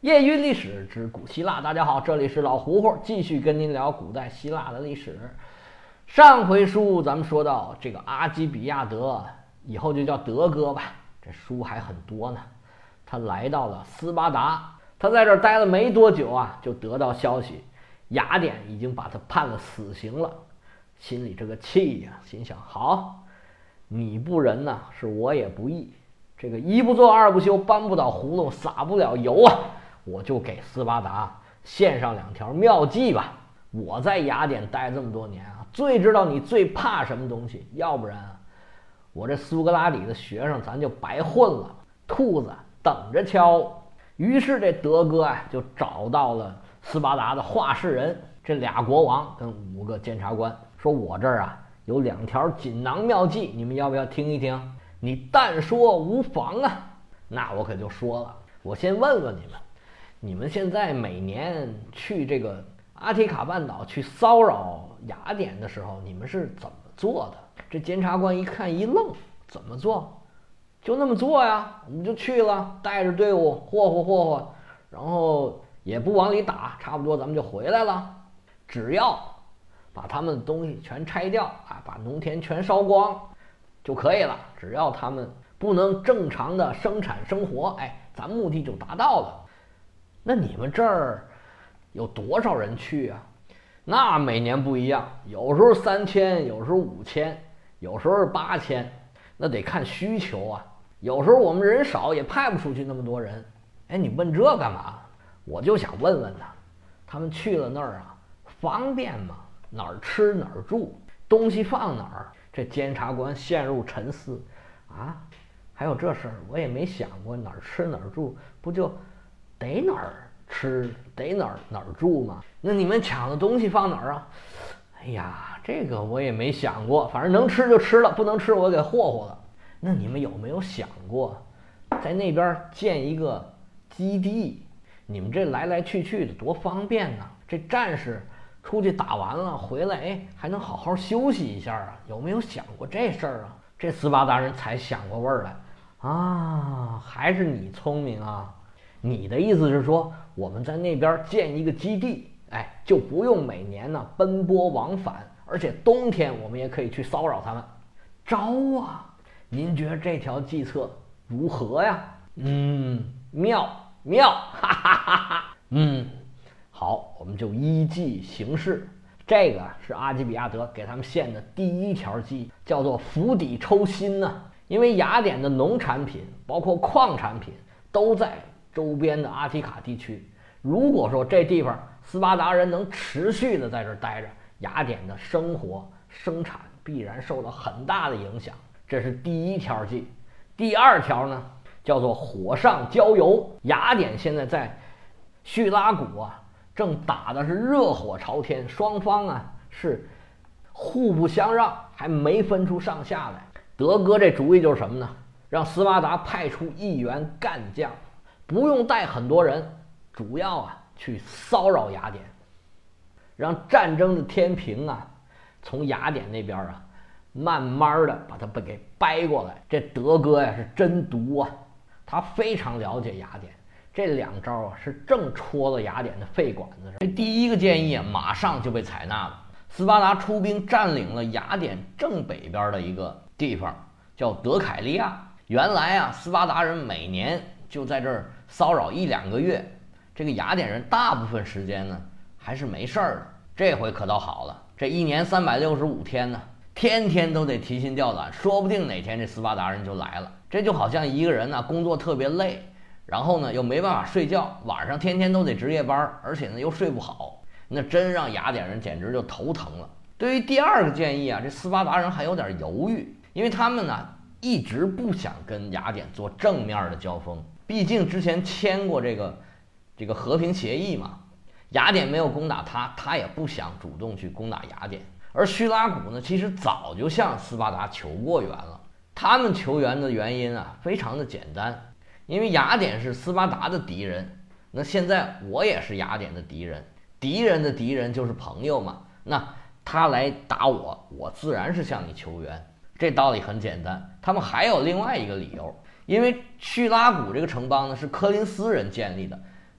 业余历史之古希腊，大家好，这里是老胡胡，继续跟您聊古代希腊的历史。上回书咱们说到这个阿基比亚德，以后就叫德哥吧，这书还很多呢。他来到了斯巴达，他在这儿待了没多久啊，就得到消息，雅典已经把他判了死刑了。心里这个气呀，心想好，你不仁呐，是我也不义。这个一不做二不休，搬不倒葫芦撒不了油啊！我就给斯巴达献上2条妙计吧。我在雅典待这么多年啊，最知道你最怕什么东西，要不然啊，我这苏格拉底的学生咱就白混了，兔子等着敲。于是这德哥啊就找到了斯巴达的话事人，这俩国王跟5个监察官，说我这儿啊有2条锦囊妙计，你们要不要听一听？你但说无妨啊。那我可就说了，我先问问你们现在每年去这个阿提卡半岛去骚扰雅典的时候，你们是怎么做的？这监察官一看一愣，怎么做？就那么做呀，我们就去了，带着队伍霍霍，然后也不往里打，差不多咱们就回来了。只要把他们的东西全拆掉啊，把农田全烧光就可以了，只要他们不能正常的生产生活，咱目的就达到了。那你们这儿有多少人去啊？那每年不一样，有时候3000，有时候5000，有时候8000，那得看需求啊。有时候我们人少也派不出去那么多人。你问这干嘛？我就想问问他们去了那儿啊，方便吗？哪儿吃哪儿住，东西放哪儿？这监察官陷入沉思啊，还有这事儿我也没想过，哪儿吃哪儿住，不就得哪儿吃得哪儿住吗？那你们抢的东西放哪儿啊？哎呀，这个我也没想过，反正能吃就吃了，不能吃我给霍霍了。那你们有没有想过在那边建一个基地？你们这来来去去的多方便呢，这战士出去打完了回来，还能好好休息一下啊！有没有想过这事儿啊？这斯巴达人才想过味儿来啊！还是你聪明啊！你的意思是说，我们在那边建一个基地，就不用每年呢奔波往返，而且冬天我们也可以去骚扰他们。招啊！您觉得这条计策如何呀？妙，哈哈哈哈！好，我们就依计行事。这个是阿基比亚德给他们献的第1条计，叫做釜底抽薪呢。因为雅典的农产品包括矿产品都在周边的阿提卡地区，如果说这地方斯巴达人能持续的在这儿待着，雅典的生活生产必然受到很大的影响。这是第1条计。第2条呢，叫做火上浇油。雅典现在在叙拉古啊，正打的是热火朝天，双方啊是互不相让，还没分出上下来。德哥这主意就是什么呢？让斯巴达派出1员干将，不用带很多人，主要啊去骚扰雅典，让战争的天平啊从雅典那边啊慢慢的把它给掰过来。这德哥呀是真毒啊，他非常了解雅典，这2招啊是正戳了雅典的肺管子上。这第1个建议啊马上就被采纳了。斯巴达出兵占领了雅典正北边的一个地方，叫德凯利亚。原来啊斯巴达人每年就在这儿骚扰1-2个月，这个雅典人大部分时间呢还是没事儿的。这回可倒好了，这1年365天呢，天天都得提心吊胆，说不定哪天这斯巴达人就来了。这就好像一个人呢工作特别累，然后呢又没办法睡觉，晚上天天都得值夜班，而且呢又睡不好，那真让雅典人简直就头疼了。对于第2个建议啊，这斯巴达人还有点犹豫，因为他们呢一直不想跟雅典做正面的交锋，毕竟之前签过这个和平协议嘛，雅典没有攻打他，他也不想主动去攻打雅典。而叙拉古呢，其实早就向斯巴达求过援了。他们求援的原因啊，非常的简单，因为雅典是斯巴达的敌人，那现在我也是雅典的敌人，敌人的敌人就是朋友嘛，那他来打我，我自然是向你求援。这道理很简单。他们还有另外一个理由，因为叙拉古这个城邦呢是柯林斯人建立的，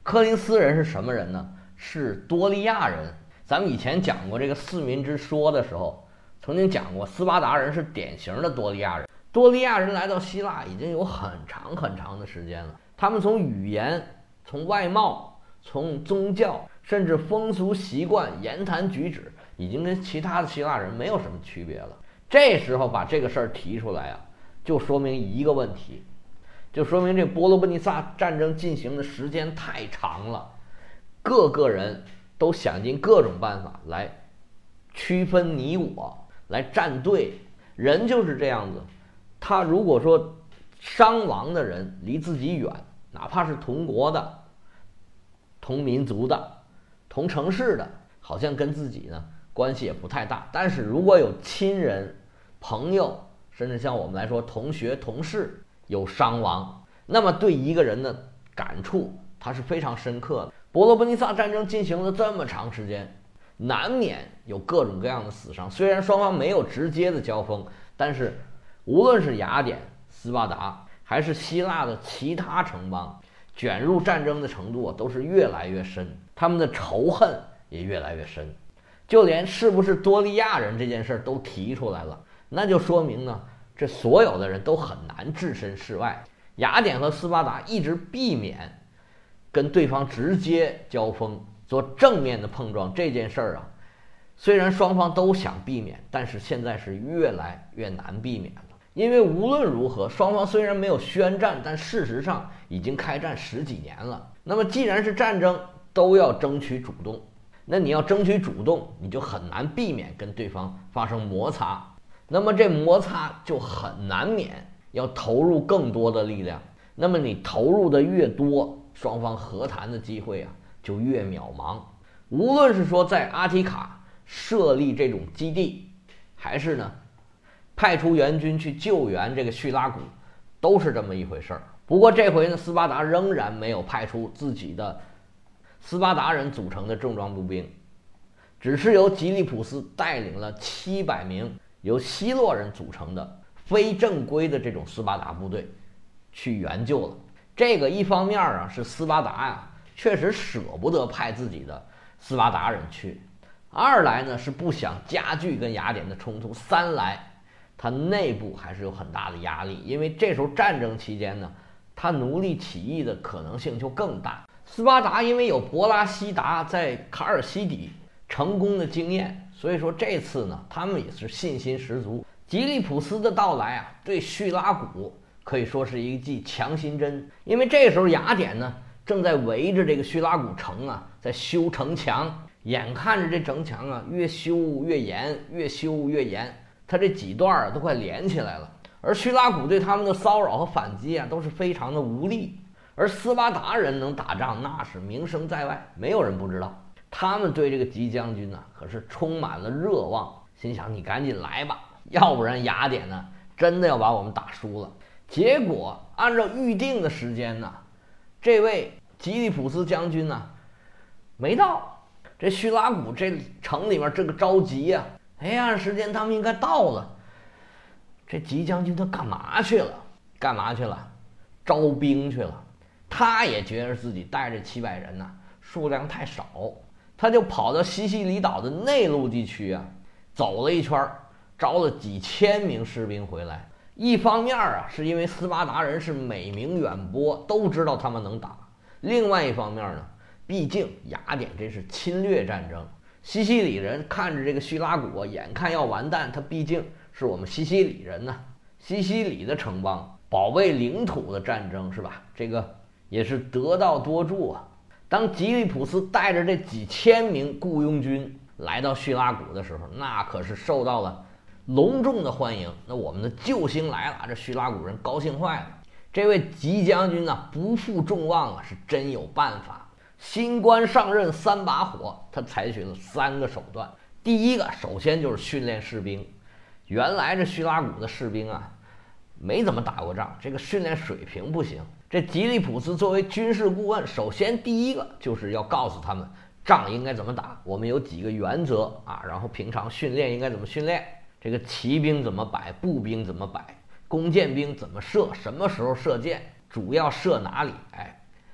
柯林斯人是什么人呢？是多利亚人。咱们以前讲过这个四民之说的时候，曾经讲过斯巴达人是典型的多利亚人。多利亚人来到希腊已经有很长很长的时间了，他们从语言、从外貌、从宗教，甚至风俗习惯、言谈举止，已经跟其他的希腊人没有什么区别了。这时候把这个事儿提出来啊，就说明一个问题，就说明这波罗奔尼撒战争进行的时间太长了，各个人都想尽各种办法来区分你我，来站队。人就是这样子，他如果说伤亡的人离自己远，哪怕是同国的、同民族的、同城市的，好像跟自己呢关系也不太大。但是如果有亲人、朋友，甚至像我们来说同学、同事有伤亡，那么对一个人的感触它是非常深刻的。波罗奔尼撒战争进行了这么长时间，难免有各种各样的死伤。虽然双方没有直接的交锋，但是无论是雅典、斯巴达还是希腊的其他城邦，卷入战争的程度都是越来越深，他们的仇恨也越来越深。就连是不是多利亚人这件事都提出来了，那就说明呢，这所有的人都很难置身事外。雅典和斯巴达一直避免跟对方直接交锋，做正面的碰撞。这件事儿啊，虽然双方都想避免，但是现在是越来越难避免了。因为无论如何，双方虽然没有宣战，但事实上已经开战10几年了。那么既然是战争，都要争取主动。那你要争取主动，你就很难避免跟对方发生摩擦。那么这摩擦就很难免要投入更多的力量。那么你投入的越多，双方和谈的机会啊就越渺茫。无论是说在阿提卡设立这种基地，还是呢派出援军去救援这个叙拉古，都是这么一回事儿。不过这回呢，斯巴达仍然没有派出自己的斯巴达人组成的重装步兵，只是由吉利普斯带领了700名由希洛人组成的非正规的这种斯巴达部队去援救了。这个一方面啊是斯巴达呀确实舍不得派自己的斯巴达人去，二来呢是不想加剧跟雅典的冲突，三来他内部还是有很大的压力，因为这时候战争期间呢，他奴隶起义的可能性就更大。斯巴达因为有伯拉西达在卡尔西底成功的经验，所以说这次呢他们也是信心十足。吉利普斯的到来啊，对叙拉古可以说是一剂强心针。因为这时候雅典呢正在围着这个叙拉古城啊在修城墙，眼看着这城墙啊越修越严，越修越严，它这几段啊都快连起来了。而叙拉古对他们的骚扰和反击啊都是非常的无力。而斯巴达人能打仗那是名声在外，没有人不知道。他们对这个吉将军呢可是充满了热望，心想你赶紧来吧，要不然雅典呢真的要把我们打输了。结果按照预定的时间呢，这位吉利普斯将军呢没到。这叙拉古这城里面这个着急呀，按时间他们应该到了。这吉将军他干嘛去了？招兵去了。他也觉得自己带着700人呢数量太少，他就跑到西西里岛的内陆地区啊走了一圈，招了几千名士兵回来。一方面啊是因为斯巴达人是美名远播，都知道他们能打。另外一方面呢，毕竟雅典这是侵略战争，西西里人看着这个叙拉古眼看要完蛋，他毕竟是我们西西里人呢，西西里的城邦保卫领土的战争是吧？这个也是得道多助啊。当吉利普斯带着这几千名雇佣军来到叙拉古的时候，那可是受到了隆重的欢迎。那我们的救星来了，这叙拉古人高兴坏了。这位吉将军呢不负众望啊，是真有办法。新官上任3把火，他采取了3个手段。第一个，首先就是训练士兵。原来这叙拉古的士兵啊没怎么打过仗，这个训练水平不行。这吉利普斯作为军事顾问，首先第一个就是要告诉他们仗应该怎么打，我们有几个原则啊，然后平常训练应该怎么训练，这个骑兵怎么摆，步兵怎么摆，弓箭兵怎么射，什么时候射箭，主要射哪里，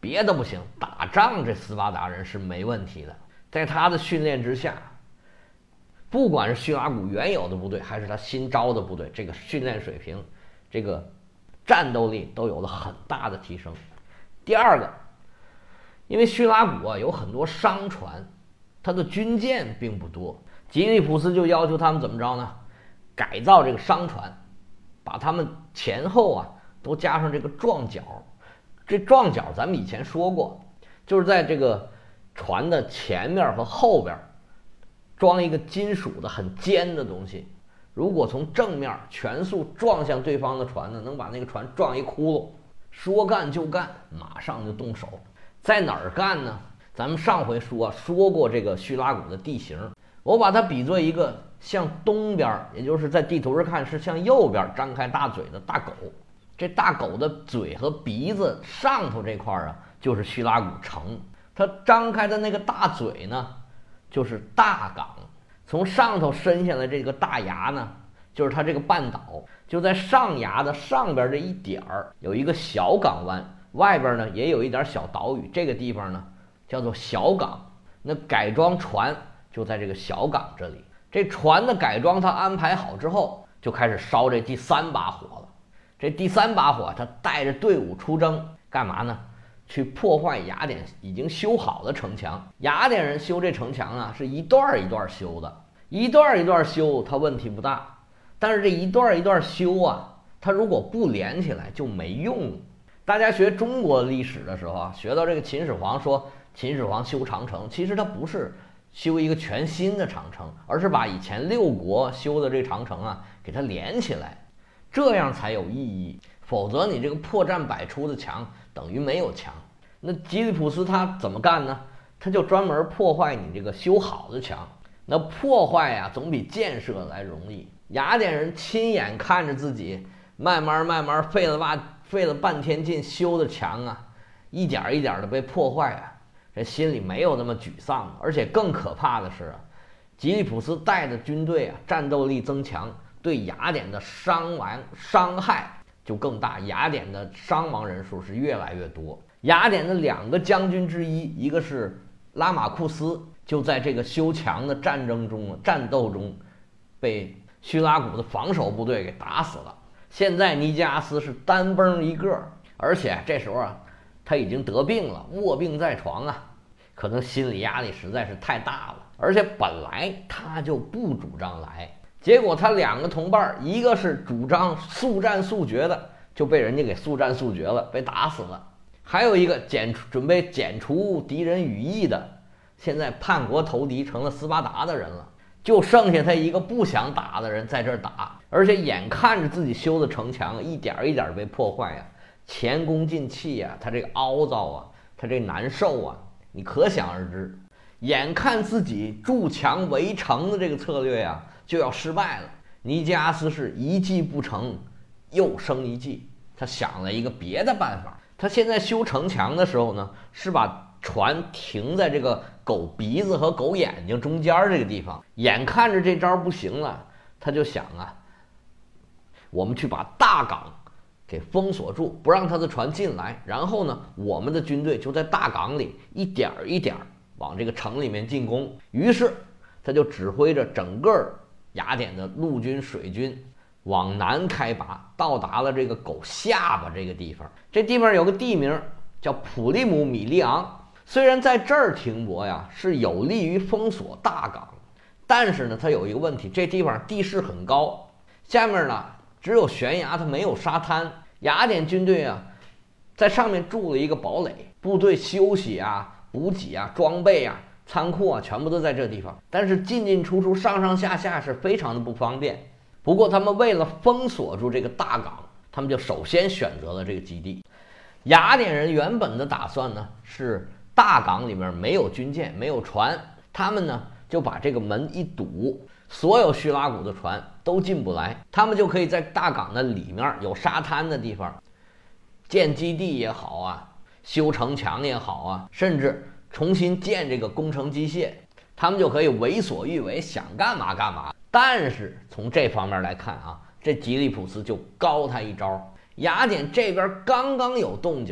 别的不行，打仗这斯巴达人是没问题的。在他的训练之下，不管是叙拉古原有的部队，还是他新招的部队，这个训练水平，这个战斗力都有了很大的提升。第二个，因为叙拉古有很多商船，他的军舰并不多，吉利普斯就要求他们怎么着呢？改造这个商船，把他们前后都加上这个撞角。这撞角咱们以前说过，就是在这个船的前面和后边装一个金属的很尖的东西，如果从正面全速撞向对方的船呢，能把那个船撞一窟窿。说干就干，马上就动手。在哪儿干呢？咱们上回说过这个叙拉古的地形，我把它比作一个向东边，也就是在地图上看是向右边张开大嘴的大狗。这大狗的嘴和鼻子上头这块就是叙拉古城，它张开的那个大嘴呢就是大港，从上头伸下来这个大牙呢就是它这个半岛，就在上牙的上边这一点有一个小港湾，外边呢也有一点小岛屿，这个地方呢叫做小港。那改装船就在这个小港这里。这船的改装它安排好之后，就开始烧这第3把火了。这第3把火，他带着队伍出征，干嘛呢？去破坏雅典已经修好的城墙。雅典人修这城墙是一段一段修的，一段一段修，它问题不大。但是这一段一段修它如果不连起来就没用。大家学中国历史的时候学到这个秦始皇，说秦始皇修长城，其实他不是修一个全新的长城，而是把以前6国修的这长城给它连起来。这样才有意义，否则你这个破绽百出的墙等于没有墙。那吉利普斯他怎么干呢？他就专门破坏你这个修好的墙。那破坏总比建设来容易。雅典人亲眼看着自己慢慢费了半天劲修的墙一点一点的被破坏这心里没有那么沮丧。而且更可怕的是吉利普斯带的军队战斗力增强，对雅典的伤害就更大，雅典的伤亡人数是越来越多。雅典的2个将军之一，一个是拉马库斯，就在这个修墙的战斗中被叙拉古的防守部队给打死了。现在尼基阿斯是单崩一个，而且这时候他已经得病了，卧病在床可能心理压力实在是太大了。而且本来他就不主张来，结果他2个同伴，一个是主张速战速决的，就被人家给速战速决了，被打死了。还有一个准备剪除敌人羽翼的，现在叛国投敌成了斯巴达的人了。就剩下他一个不想打的人在这儿打，而且眼看着自己修的城墙一点一点被破坏前功尽弃他这个凹糟他这难受你可想而知。眼看自己筑墙围城的这个策略就要失败了，尼基阿斯是一计不成又生一计，他想了一个别的办法。他现在修城墙的时候呢，是把船停在这个狗鼻子和狗眼睛中间这个地方。眼看着这招不行了，他就想我们去把大港给封锁住，不让他的船进来，然后呢我们的军队就在大港里一点一点往这个城里面进攻。于是他就指挥着整个雅典的陆军水军往南开拔，到达了这个狗下巴这个地方。这地方有个地名叫普利姆米利昂，虽然在这儿停泊是有利于封锁大港，但是呢它有一个问题，这地方地势很高，下面呢只有悬崖，它没有沙滩。雅典军队在上面筑了一个堡垒，部队休息补给装备仓库全部都在这地方，但是进进出出上上下下是非常的不方便。不过他们为了封锁住这个大港，他们就首先选择了这个基地。雅典人原本的打算呢是大港里面没有军舰没有船，他们呢就把这个门一堵，所有叙拉古的船都进不来，他们就可以在大港的里面有沙滩的地方建基地也好修城墙也好甚至重新建这个工程机械，他们就可以为所欲为，想干嘛干嘛。但是从这方面来看这吉利普斯就高他一招。雅典这边刚刚有动静，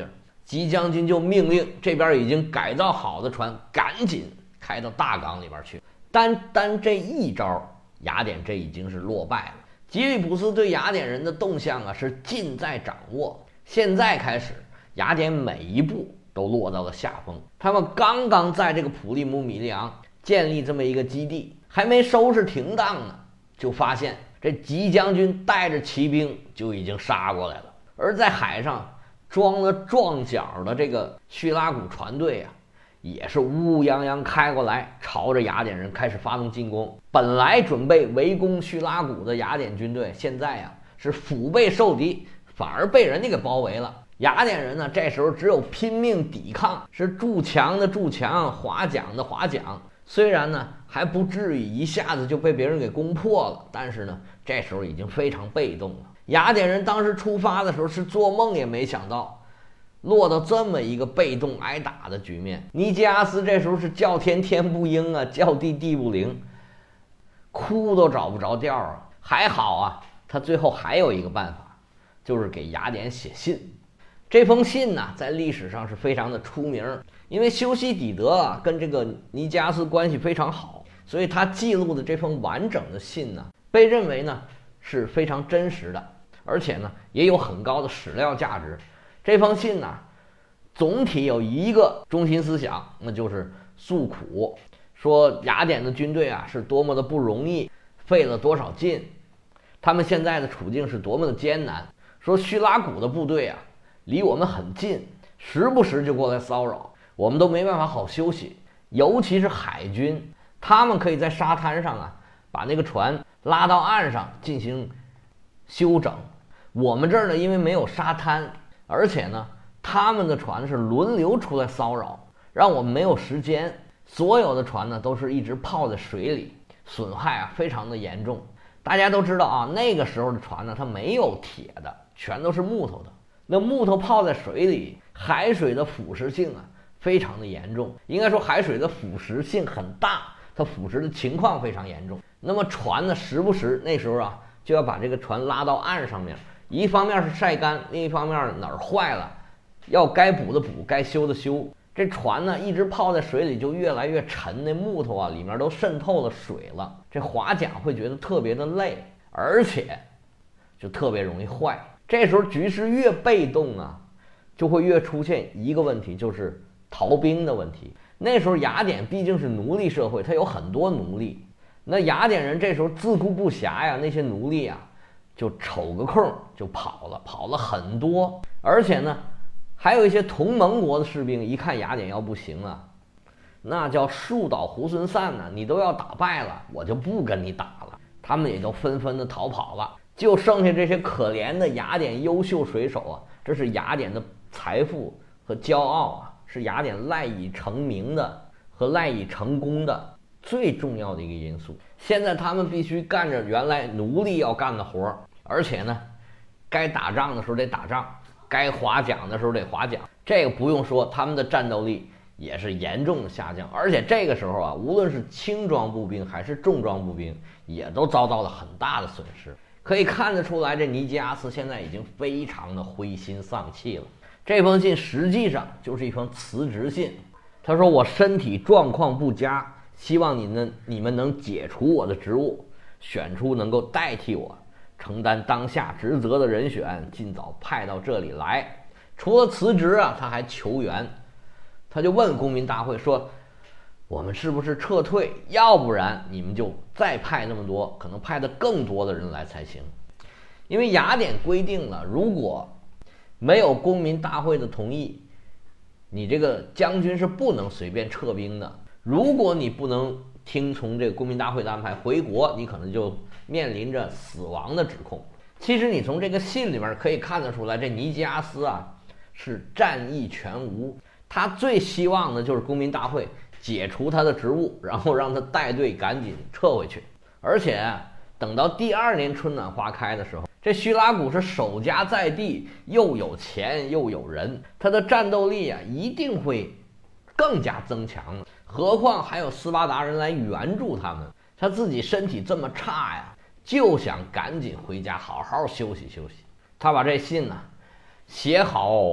吉将军就命令这边已经改造好的船赶紧开到大港里边去。单这一招，雅典这已经是落败了。吉利普斯对雅典人的动向啊是尽在掌握。现在开始，雅典每一步都落到了下风。他们刚刚在这个普利姆米利昂建立这么一个基地，还没收拾停当呢，就发现这吉将军带着骑兵就已经杀过来了。而在海上装了撞角的这个叙拉古船队啊，也是乌乌泱泱开过来，朝着雅典人开始发动进攻。本来准备围攻叙拉古的雅典军队，现在啊是腹背受敌，反而被人家给包围了。雅典人呢，这时候只有拼命抵抗，是筑墙的筑墙，划桨的划桨。虽然呢还不至于一下子就被别人给攻破了，但是呢这时候已经非常被动了。雅典人当时出发的时候是做梦也没想到落到这么一个被动挨打的局面。尼基阿斯这时候是叫天天不应啊，叫地地不灵，哭都找不着调啊。还好啊，他最后还有一个办法，就是给雅典写信。这封信呢在历史上是非常的出名，因为修昔底德啊跟这个尼基阿斯关系非常好，所以他记录的这封完整的信呢被认为呢是非常真实的，而且呢也有很高的史料价值。这封信呢总体有一个中心思想，那就是诉苦，说雅典的军队啊是多么的不容易，费了多少劲，他们现在的处境是多么的艰难，说叙拉古的部队啊离我们很近，时不时就过来骚扰，我们都没办法好休息。尤其是海军，他们可以在沙滩上啊把那个船拉到岸上进行休整，我们这儿呢因为没有沙滩，而且呢他们的船是轮流出来骚扰，让我们没有时间。所有的船呢都是一直泡在水里，损害啊非常的严重。大家都知道啊，那个时候的船呢它没有铁的，全都是木头的。那木头泡在水里，海水的腐蚀性啊非常的严重，应该说海水的腐蚀性很大，它腐蚀的情况非常严重。那么船呢时不时那时候啊就要把这个船拉到岸上面，一方面是晒干，另一方面哪儿坏了要该补的补，该修的修。这船呢一直泡在水里就越来越沉，那木头啊里面都渗透了水了，这划桨会觉得特别的累，而且就特别容易坏。这时候局势越被动啊，就会越出现一个问题，就是逃兵的问题。那时候雅典毕竟是奴隶社会，它有很多奴隶，那雅典人这时候自顾不暇呀，那些奴隶啊就瞅个空就跑了很多。而且呢还有一些同盟国的士兵一看雅典要不行了，那叫树倒猢狲散呢，你都要打败了，我就不跟你打了，他们也就纷纷的逃跑了。就剩下这些可怜的雅典优秀水手啊，这是雅典的财富和骄傲啊，是雅典赖以成名的和赖以成功的最重要的一个因素。现在他们必须干着原来奴隶要干的活，而且呢该打仗的时候得打仗，该划桨的时候得划桨，这个不用说，他们的战斗力也是严重的下降。而且这个时候啊，无论是轻装步兵还是重装步兵也都遭到了很大的损失。可以看得出来，这尼基阿斯现在已经非常的灰心丧气了。这封信实际上就是一封辞职信，他说我身体状况不佳，希望你们能解除我的职务，选出能够代替我承担当下职责的人选，尽早派到这里来。除了辞职啊，他还求援，他就问公民大会说，我们是不是撤退，要不然你们就再派那么多，可能派的更多的人来才行。因为雅典规定了，如果没有公民大会的同意，你这个将军是不能随便撤兵的。如果你不能听从这个公民大会的安排回国，你可能就面临着死亡的指控。其实你从这个信里面可以看得出来，这尼基阿斯啊是战意全无，他最希望的就是公民大会解除他的职务，然后让他带队赶紧撤回去。而且等到第二年春暖花开的时候，这叙拉古是守家在地，又有钱又有人，他的战斗力啊一定会更加增强。何况还有斯巴达人来援助他们，他自己身体这么差呀，就想赶紧回家好好休息休息。他把这信呢写好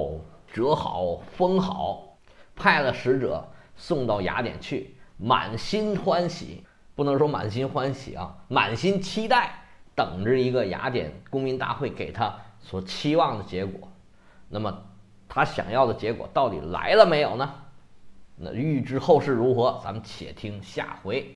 折好封好，派了使者送到雅典去，满心欢喜，不能说满心欢喜啊，满心期待，等着一个雅典公民大会给他所期望的结果。那么他想要的结果到底来了没有呢？那预知后事如何，咱们且听下回。